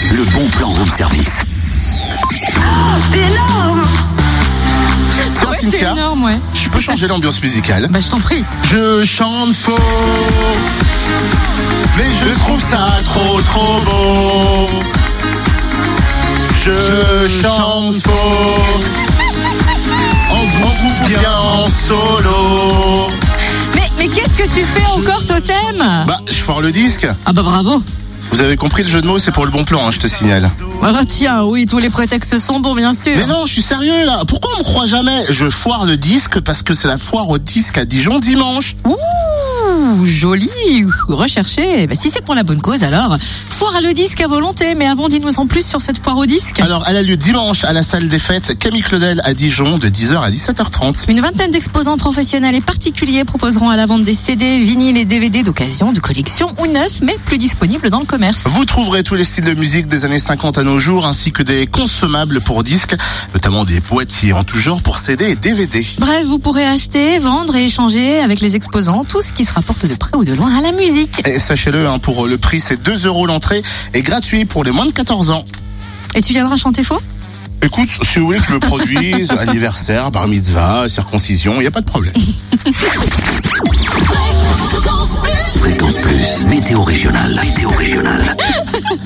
le bon plan room service. C'est énorme. Tiens, Ouais, c'est Cynthia, énorme, ouais. je peux changer l'ambiance musicale. Bah, je t'en prie. Je chante faux, mais je trouve ça trop beau. Je chante faux, en groupe ou bien en solo. Mais qu'est-ce que tu fais encore, Totem? Bah, je foire le disque. Ah bah bravo. Vous avez compris le jeu de mots, c'est pour le bon plan, hein, je te signale. Ah tiens, oui, tous les prétextes sont bons, bien sûr. Mais non, je suis sérieux là. Pourquoi on me croit jamais? Je foire le disque parce que c'est la foire au disque à Dijon dimanche. Ouh, joli, recherché. Bah, si c'est pour la bonne cause, alors foire à le disque à volonté. Mais avant, dis-nous en plus sur cette foire au disque. Alors, elle a lieu dimanche à la salle des fêtes Camille Claudel à Dijon de 10h à 17h30. Une vingtaine d'exposants professionnels et particuliers proposeront à la vente des CD, vinyles et DVD d'occasion, de collection ou neufs, mais plus disponibles dans le commerce. Vous trouverez tous les styles de musique des années 50 à nos jours, ainsi que des consommables pour disques, notamment des boîtiers en tout genre pour CD et DVD. Bref, vous pourrez acheter, vendre et échanger avec les exposants tout ce qui se rapporte de près ou de loin à la musique. Et sachez-le, hein, pour le prix, c'est 2 € l'entrée et gratuit pour les moins de 14 ans. Et tu viendras chanter faux? Écoute, si vous voulez que je me produise, anniversaire, bar mitzvah, circoncision, il n'y a pas de problème. Fréquence Plus, météo régionale.